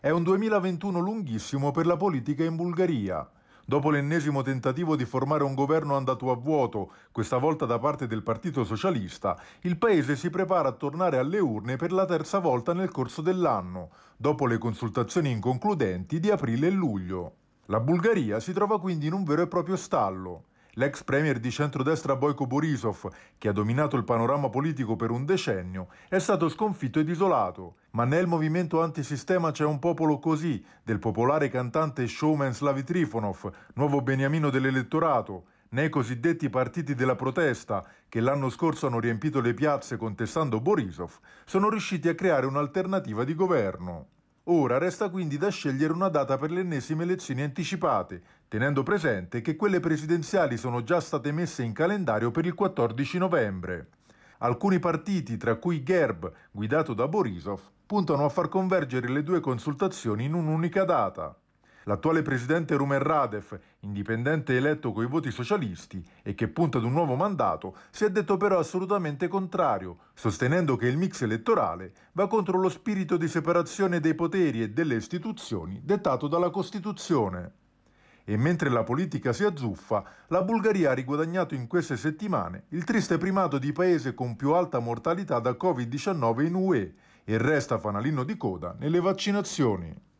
È un 2021 lunghissimo per la politica in Bulgaria. Dopo l'ennesimo tentativo di formare un governo andato a vuoto, questa volta da parte del Partito Socialista, il paese si prepara a tornare alle urne per la terza volta nel corso dell'anno, dopo le consultazioni inconcludenti di aprile e luglio. La Bulgaria si trova quindi in un vero e proprio stallo. L'ex premier di centrodestra Boyko Borisov, che ha dominato il panorama politico per un decennio, è stato sconfitto ed isolato. Ma nel movimento antisistema c'è un popolo così, del popolare cantante e showman Slavi Trifonov, nuovo beniamino dell'elettorato, nei cosiddetti partiti della protesta, che l'anno scorso hanno riempito le piazze contestando Borisov, sono riusciti a creare un'alternativa di governo. Ora resta quindi da scegliere una data per le ennesime elezioni anticipate, tenendo presente che quelle presidenziali sono già state messe in calendario per il 14 novembre. Alcuni partiti, tra cui GERB, guidato da Borisov, puntano a far convergere le due consultazioni in un'unica data. L'attuale presidente Rumen Radev, indipendente eletto coi voti socialisti e che punta ad un nuovo mandato, si è detto però assolutamente contrario, sostenendo che il mix elettorale va contro lo spirito di separazione dei poteri e delle istituzioni dettato dalla Costituzione. E mentre la politica si azzuffa, la Bulgaria ha riguadagnato in queste settimane il triste primato di paese con più alta mortalità da Covid-19 in UE e resta fanalino di coda nelle vaccinazioni.